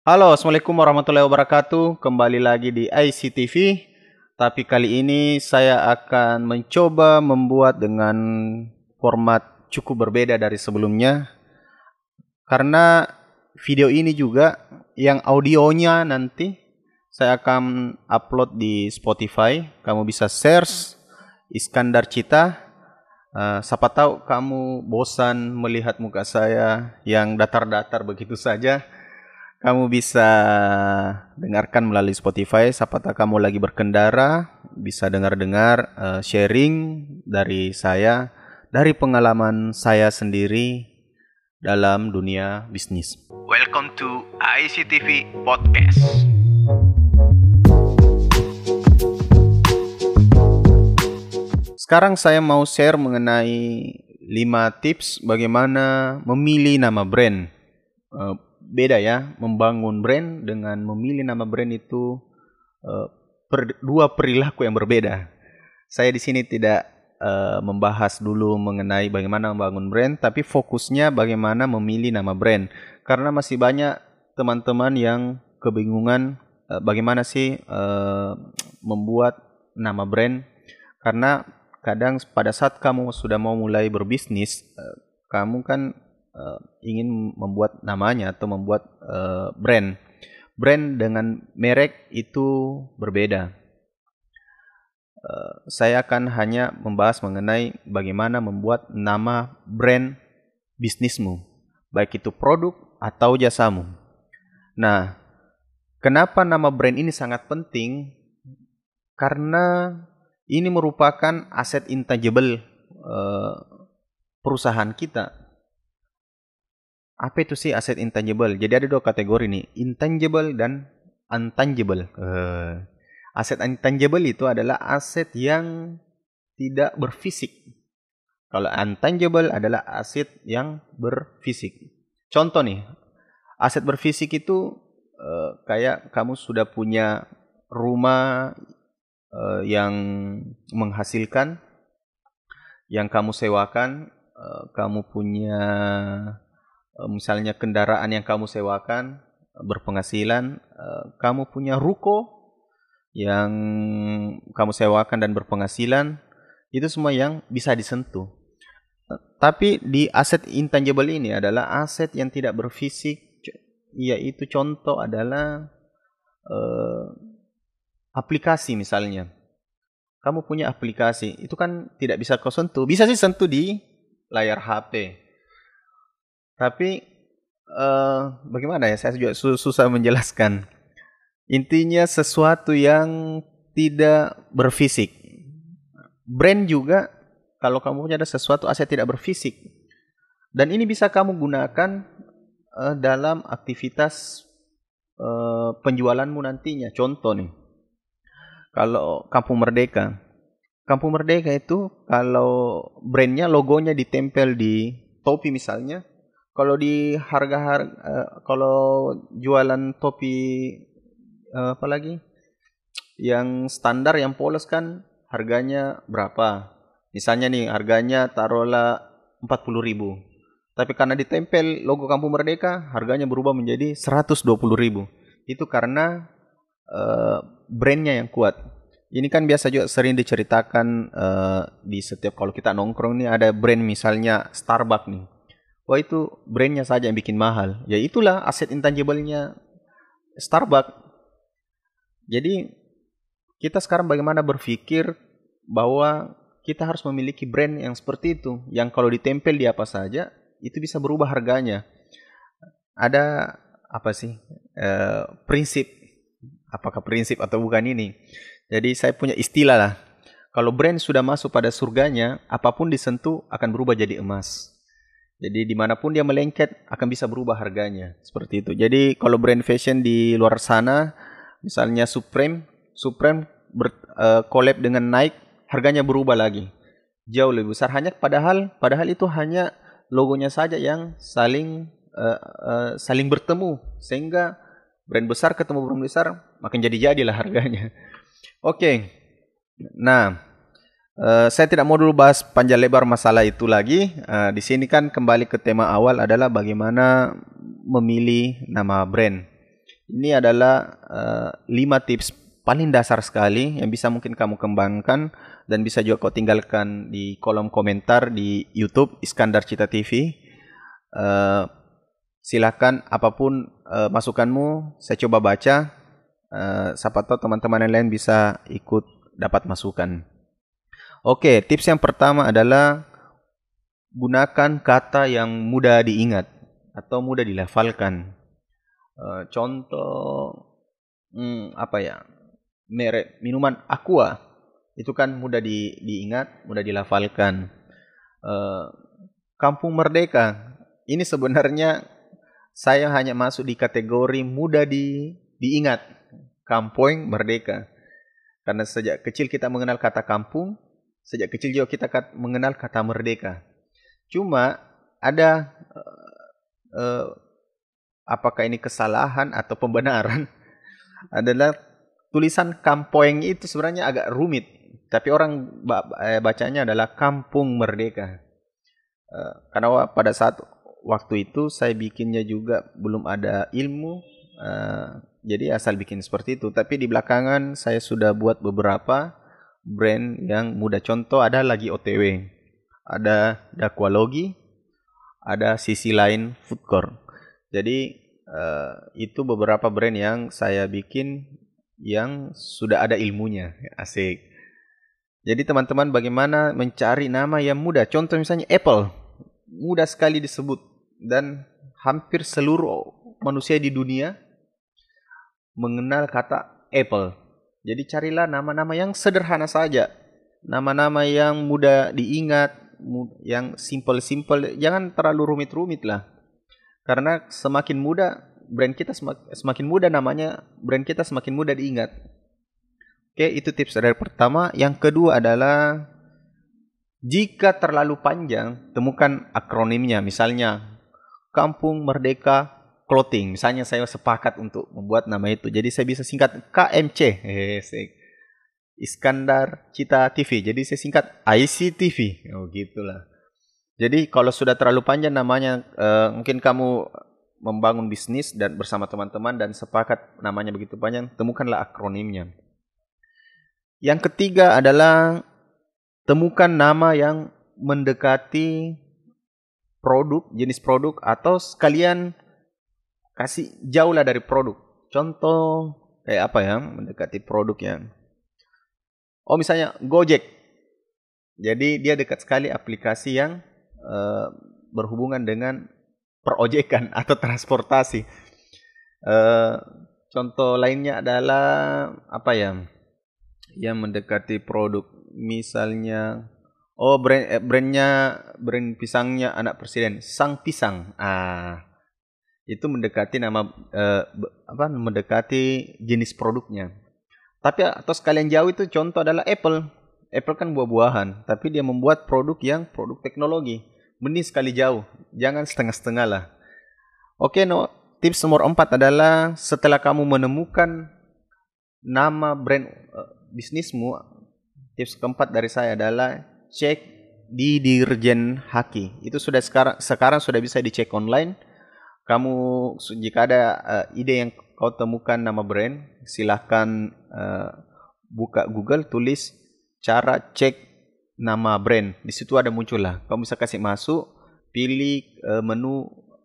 Halo, Assalamualaikum warahmatullahi wabarakatuh. Kembali lagi di ICTV. Tapi kali ini saya akan mencoba membuat dengan format cukup berbeda dari sebelumnya. Karena video ini juga yang audionya nanti saya akan upload di Spotify. Kamu bisa search Iskandar Cita. Siapa tahu kamu bosan melihat muka saya yang datar-datar begitu saja. Kamu bisa dengarkan melalui Spotify. Siapa tahu kamu lagi berkendara, bisa dengar-dengar sharing dari saya, dari pengalaman saya sendiri dalam dunia bisnis. Welcome to ICTV Podcast. Sekarang saya mau share mengenai 5 tips bagaimana memilih nama brand. Beda ya, membangun brand dengan memilih nama brand itu dua perilaku yang berbeda. Saya di sini tidak membahas dulu mengenai bagaimana membangun brand, tapi fokusnya bagaimana memilih nama brand. Karena masih banyak teman-teman yang kebingungan bagaimana sih membuat nama brand. Karena kadang pada saat kamu sudah mau mulai berbisnis, kamu kan ingin membuat namanya atau membuat brand. Brand dengan merek itu berbeda. Saya akan hanya membahas mengenai bagaimana membuat nama brand bisnismu, baik itu produk atau jasamu. Nah, kenapa nama brand ini sangat penting? Karena ini merupakan aset intangible perusahaan kita. Apa itu sih aset intangible? Jadi ada dua kategori nih, intangible dan intangible. Aset intangible itu adalah aset yang tidak berfisik. Kalau intangible adalah aset yang berfisik. Contoh nih, aset berfisik itu kayak kamu sudah punya rumah yang menghasilkan, yang kamu sewakan, kamu punya misalnya kendaraan yang kamu sewakan berpenghasilan, kamu punya ruko yang kamu sewakan dan berpenghasilan, itu semua yang bisa disentuh. Tapi di aset intangible ini adalah aset yang tidak berfisik, yaitu contoh adalah aplikasi misalnya. Kamu punya aplikasi, itu kan tidak bisa kau sentuh. Bisa sih sentuh di layar HP. Tapi bagaimana ya, saya juga susah menjelaskan. Intinya sesuatu yang tidak berfisik. Brand juga, kalau kamu punya ada sesuatu aset tidak berfisik. Dan ini bisa kamu gunakan dalam aktivitas penjualanmu nantinya. Contoh nih, kalau Kampung Merdeka. Kampung Merdeka itu kalau brandnya, logonya ditempel di topi misalnya. Kalau di kalau jualan topi apa lagi? Yang standar, yang polos kan harganya berapa? Misalnya nih harganya taruhlah 40.000. Tapi karena ditempel logo Kampung Merdeka, harganya berubah menjadi 120.000. Itu karena brandnya yang kuat. Ini kan biasa juga sering diceritakan di setiap kalau kita nongkrong nih, ada brand misalnya Starbucks nih. Wah, itu brandnya saja yang bikin mahal. Ya itulah aset intangible-nya Starbucks. Jadi kita sekarang bagaimana berpikir bahwa kita harus memiliki brand yang seperti itu, yang kalau ditempel di apa saja itu bisa berubah harganya. Ada apa sih prinsip? Apakah prinsip atau bukan ini? Jadi saya punya istilah lah. Kalau brand sudah masuk pada surganya, apapun disentuh akan berubah jadi emas. Jadi dimanapun dia melengket akan bisa berubah harganya. Seperti itu. Jadi kalau brand fashion di luar sana, misalnya Supreme collab dengan Nike, harganya berubah lagi. Jauh lebih besar. Hanya padahal itu hanya logonya saja yang saling bertemu. Sehingga brand besar ketemu brand besar, makin jadi-jadilah harganya. Oke. Nah, saya tidak mau dulu bahas panjang lebar masalah itu lagi. Di sini kan kembali ke tema awal adalah bagaimana memilih nama brand. Ini adalah 5 tips paling dasar sekali yang bisa mungkin kamu kembangkan dan bisa juga kau tinggalkan di kolom komentar di YouTube Iskandar Cita TV. Silakan apapun masukanmu, saya coba baca. Siapa tahu teman-teman yang lain bisa ikut dapat masukan. Oke, tips yang pertama adalah gunakan kata yang mudah diingat atau mudah dilafalkan. Contoh apa ya? Merek minuman Aqua itu kan mudah diingat, mudah dilafalkan. Kampung Merdeka ini sebenarnya saya hanya masuk di kategori mudah diingat. Kampung Merdeka. Karena sejak kecil kita mengenal kata kampung, sejak kecil juga kita mengenal kata merdeka. Cuma ada apakah ini kesalahan atau pembenaran adalah tulisan Kampoeng itu sebenarnya agak rumit, tapi orang bacanya adalah Kampung Merdeka. Karena pada saat waktu itu saya bikinnya juga belum ada ilmu, jadi asal bikin seperti itu. Tapi di belakangan saya sudah buat beberapa brand yang mudah. Contoh ada lagi OTW, ada Dakwalogi, ada Sisi Lain Foodcore. Jadi itu beberapa brand yang saya bikin yang sudah ada ilmunya. Asik. Jadi teman-teman bagaimana mencari nama yang mudah. Contoh misalnya Apple, mudah sekali disebut dan hampir seluruh manusia di dunia mengenal kata Apple. Jadi carilah nama-nama yang sederhana saja, nama-nama yang mudah diingat, yang simple-simple, jangan terlalu rumit-rumit lah. Karena semakin mudah brand kita semakin mudah namanya, brand kita semakin mudah diingat. Oke, itu tips dari pertama. Yang kedua adalah jika terlalu panjang, temukan akronimnya. Misalnya Kampung Merdeka Clothing. Misalnya saya sepakat untuk membuat nama itu. Jadi saya bisa singkat KMC. Iskandar Cita TV. Jadi saya singkat ICTV. Oh gitulah. Jadi kalau sudah terlalu panjang namanya, mungkin kamu membangun bisnis dan bersama teman-teman dan sepakat namanya begitu panjang, temukanlah akronimnya. Yang ketiga adalah temukan nama yang mendekati produk, jenis produk, atau sekalian kasih jauh lah dari produk. Contoh kayak apa ya, mendekati produk yang misalnya Gojek. Jadi dia dekat sekali aplikasi yang berhubungan dengan perojekan atau transportasi. Contoh lainnya adalah apa ya, yang mendekati produk, misalnya brand pisangnya anak presiden, Sang Pisang. Itu mendekati nama mendekati jenis produknya. Tapi atau sekalian jauh itu contoh adalah Apple. Apple kan buah-buahan, tapi dia membuat produk yang produk teknologi. Mending sekali jauh, jangan setengah-setengah lah. Oke, tips nomor 4 adalah setelah kamu menemukan nama brand bisnismu, tips keempat dari saya adalah cek di Dirjen Haki. Itu sudah sekarang sudah bisa dicek online. Kamu jika ada ide yang kau temukan nama brand, silahkan buka Google, tulis cara cek nama brand. Di situ ada muncul lah. Kamu bisa kasih masuk, pilih menu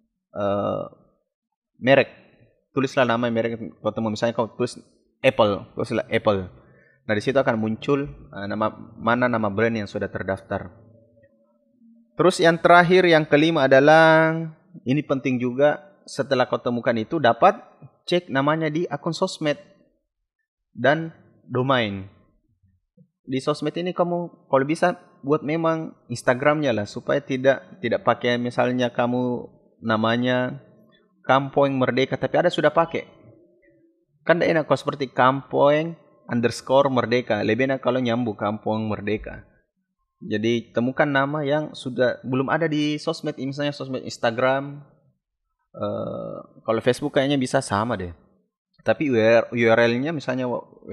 merek. Tulislah nama merek kau temu. Misalnya kau tulis Apple, tulislah Apple. Nah, di situ akan muncul nama brand yang sudah terdaftar. Terus yang terakhir, yang kelima adalah ini penting juga, setelah kau temukan itu dapat cek namanya di akun sosmed dan domain. Di sosmed ini kamu kalau bisa buat memang Instagramnya lah, supaya tidak pakai misalnya kamu namanya Kampung Merdeka tapi ada sudah pakai. Kan tidak enak kalau seperti Kampung_Merdeka. Lebih enak kalau nyambung Kampung Merdeka. Jadi temukan nama yang sudah belum ada di sosmed, misalnya sosmed Instagram. Kalau Facebook kayaknya bisa sama deh. Tapi URL-nya misalnya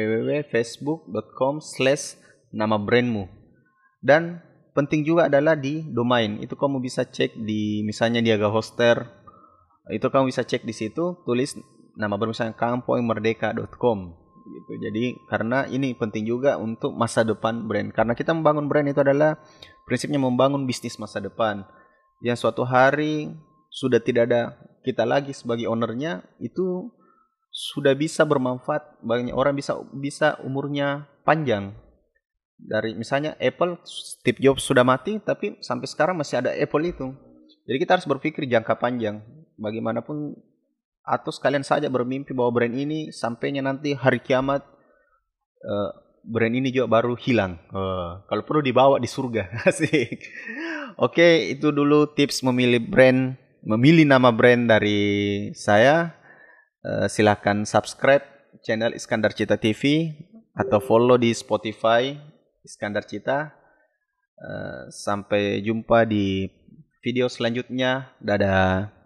www.facebook.com/nama brandmu. Dan penting juga adalah di domain. Itu kamu bisa cek di misalnya Niaga Hoster. Itu kamu bisa cek di situ, tulis nama brand misalnya kampoengmerdeka.com gitu. Jadi karena ini penting juga untuk masa depan brand. Karena kita membangun brand itu adalah prinsipnya membangun bisnis masa depan. Yang suatu hari sudah tidak ada kita lagi sebagai ownernya, itu sudah bisa bermanfaat, banyak orang bisa umurnya panjang. Dari misalnya Apple, Steve Jobs sudah mati tapi sampai sekarang masih ada Apple itu. Jadi kita harus berpikir jangka panjang. Bagaimanapun, atau sekalian saja bermimpi bahwa brand ini sampainya nanti hari kiamat, brand ini juga baru hilang. Kalau perlu dibawa di surga. Asik. Oke, itu dulu tips memilih nama brand dari saya. Silahkan subscribe channel Iskandar Cita TV atau follow di Spotify Iskandar Cita. Sampai jumpa di video selanjutnya. Dadah.